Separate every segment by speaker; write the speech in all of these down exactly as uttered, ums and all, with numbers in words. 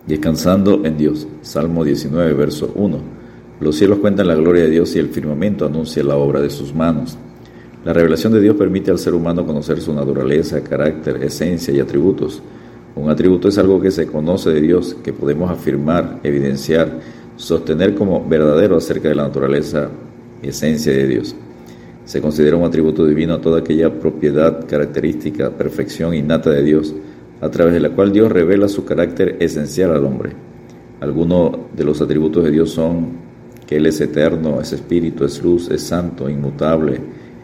Speaker 1: Descansando en Dios. Salmo diecinueve, verso uno. Los cielos cuentan la gloria de Dios y el firmamento anuncia la obra de sus manos. La revelación de Dios permite al ser humano conocer su naturaleza, carácter, esencia y atributos. Un atributo es algo que se conoce de Dios, que podemos afirmar, evidenciar, sostener como verdadero acerca de la naturaleza y esencia de Dios. Se considera un atributo divino toda aquella propiedad, característica, perfección innata de Dios, a través de la cual Dios revela su carácter esencial al hombre. Algunos de los atributos de Dios son que Él es eterno, es espíritu, es luz, es santo, inmutable,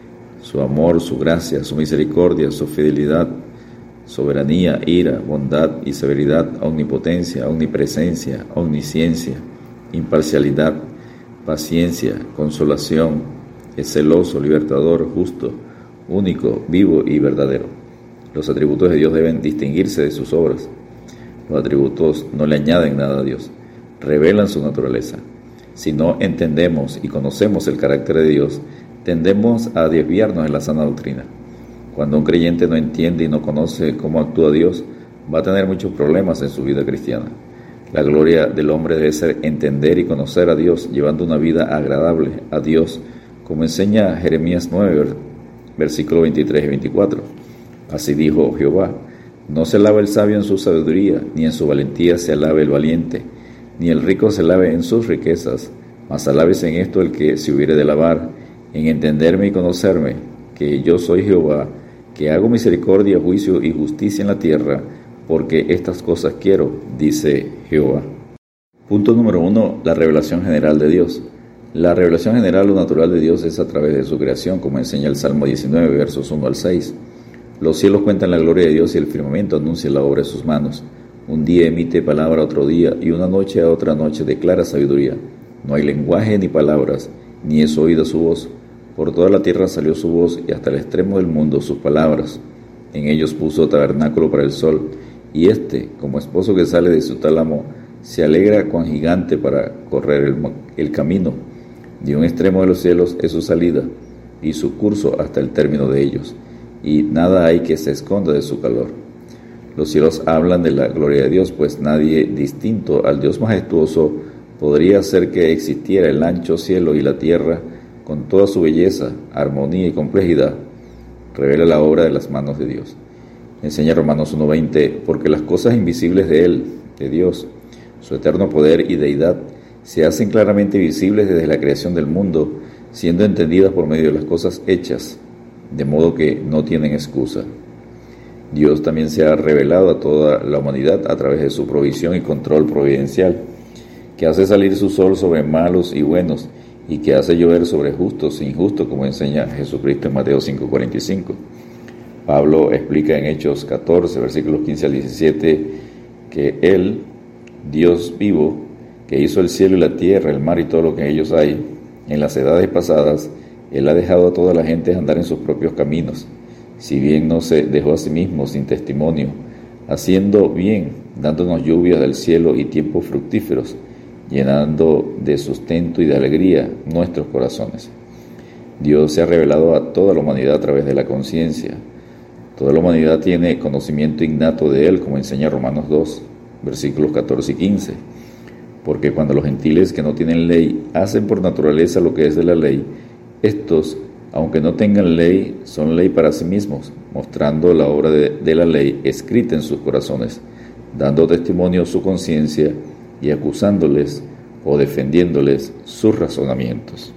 Speaker 1: su amor, su gracia, su misericordia, su fidelidad, soberanía, ira, bondad y severidad, omnipotencia, omnipresencia, omnisciencia, imparcialidad, paciencia, consolación, es celoso, libertador, justo, único, vivo y verdadero. Los atributos de Dios deben distinguirse de sus obras. Los atributos no le añaden nada a Dios, revelan su naturaleza. Si no entendemos y conocemos el carácter de Dios, tendemos a desviarnos de la sana doctrina. Cuando un creyente no entiende y no conoce cómo actúa Dios, va a tener muchos problemas en su vida cristiana. La gloria del hombre debe ser entender y conocer a Dios, llevando una vida agradable a Dios, como enseña Jeremías nueve, versículos veintitrés y veinticuatro. Así dijo Jehová: no se alabe el sabio en su sabiduría, ni en su valentía se alabe el valiente, ni el rico se alabe en sus riquezas, mas alábese en esto el que se hubiere de alabar, en entenderme y conocerme, que yo soy Jehová, que hago misericordia, juicio y justicia en la tierra, porque estas cosas quiero, dice Jehová. Punto número uno, la revelación general de Dios. La revelación general o natural de Dios es a través de su creación, como enseña el Salmo diecinueve, versos uno al seis. Los cielos cuentan la gloria de Dios y el firmamento anuncia la obra de sus manos. Un día emite palabra a otro día, y una noche a otra noche declara sabiduría. No hay lenguaje ni palabras, ni es oída su voz. Por toda la tierra salió su voz, y hasta el extremo del mundo sus palabras. En ellos puso tabernáculo para el sol, y éste, como esposo que sale de su tálamo, se alegra cuan gigante para correr el, el camino. De un extremo de los cielos es su salida, y su curso hasta el término de ellos, y nada hay que se esconda de su calor. Los cielos hablan de la gloria de Dios, pues nadie distinto al Dios majestuoso podría hacer que existiera el ancho cielo y la tierra con toda su belleza, armonía y complejidad. Revela la obra de las manos de Dios. Enseña Romanos uno veinte, porque las cosas invisibles de Él, de Dios, su eterno poder y deidad, se hacen claramente visibles desde la creación del mundo, siendo entendidas por medio de las cosas hechas, de modo que no tienen excusa. Dios también se ha revelado a toda la humanidad a través de su provisión y control providencial, que hace salir su sol sobre malos y buenos, y que hace llover sobre justos e injustos, como enseña Jesucristo en Mateo cinco cuarenta y cinco. Pablo explica en Hechos catorce, versículos quince al diecisiete, que Él, Dios vivo, que hizo el cielo y la tierra, el mar y todo lo que en ellos hay, en las edades pasadas, Él ha dejado a toda la gente andar en sus propios caminos, si bien no se dejó a sí mismo sin testimonio, haciendo bien, dándonos lluvias del cielo y tiempos fructíferos, llenando de sustento y de alegría nuestros corazones. Dios se ha revelado a toda la humanidad a través de la conciencia. Toda la humanidad tiene conocimiento innato de Él, como enseña Romanos dos, versículos catorce y quince. Porque cuando los gentiles que no tienen ley hacen por naturaleza lo que es de la ley, estos, aunque no tengan ley, son ley para sí mismos, mostrando la obra de, de la ley escrita en sus corazones, dando testimonio su conciencia y acusándoles o defendiéndoles sus razonamientos.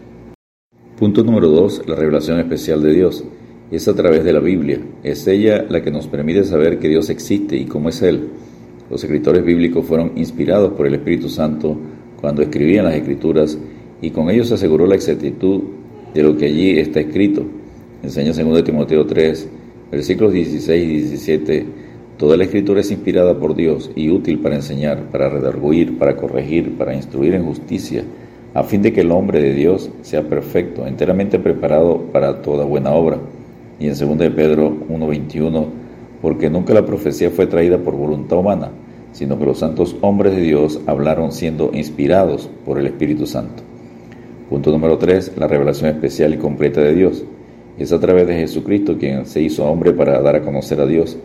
Speaker 1: Punto número dos, la revelación especial de Dios. Es a través de la Biblia. Es ella la que nos permite saber que Dios existe y cómo es Él. Los escritores bíblicos fueron inspirados por el Espíritu Santo cuando escribían las Escrituras, y con ellos se aseguró la exactitud de lo que allí está escrito. Enseña segundo Timoteo tres, versículos dieciséis y diecisiete. Toda la Escritura es inspirada por Dios y útil para enseñar, para redarguir, para corregir, para instruir en justicia, a fin de que el hombre de Dios sea perfecto, enteramente preparado para toda buena obra. Y en segunda de Pedro uno veintiuno, porque nunca la profecía fue traída por voluntad humana, sino que los santos hombres de Dios hablaron siendo inspirados por el Espíritu Santo. Punto número tres, la revelación especial y completa de Dios. Es a través de Jesucristo quien se hizo hombre para dar a conocer a Dios.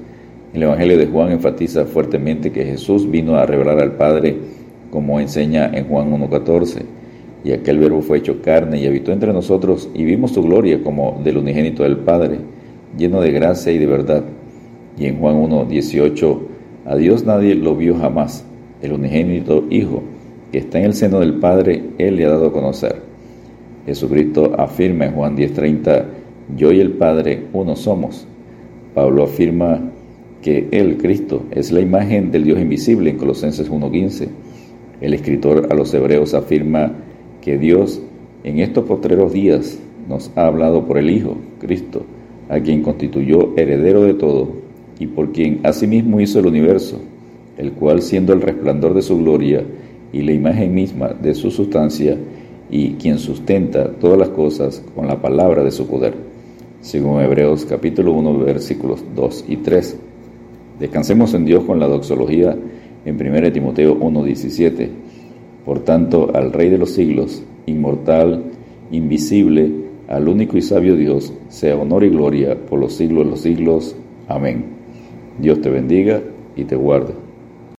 Speaker 1: El Evangelio de Juan enfatiza fuertemente que Jesús vino a revelar al Padre, como enseña en Juan uno catorce. Y aquel Verbo fue hecho carne y habitó entre nosotros, y vimos su gloria como del unigénito del Padre, lleno de gracia y de verdad. Y en Juan uno dieciocho, a Dios nadie lo vio jamás, el unigénito Hijo, que está en el seno del Padre, Él le ha dado a conocer. Jesucristo afirma en Juan diez treinta, yo y el Padre uno somos. Pablo afirma que Él, Cristo, es la imagen del Dios invisible en Colosenses uno quince. El escritor a los Hebreos afirma que Dios en estos postreros días nos ha hablado por el Hijo, Cristo, a quien constituyó heredero de todo y por quien asimismo hizo el universo, el cual siendo el resplandor de su gloria y la imagen misma de su sustancia, y quien sustenta todas las cosas con la palabra de su poder, según Hebreos capítulo uno versículos dos y tres. Descansemos en Dios con la doxología en primera Timoteo uno diecisiete. Por tanto, al Rey de los siglos, inmortal, invisible, al único y sabio Dios, sea honor y gloria por los siglos de los siglos. Amén. Dios te bendiga y te guarde.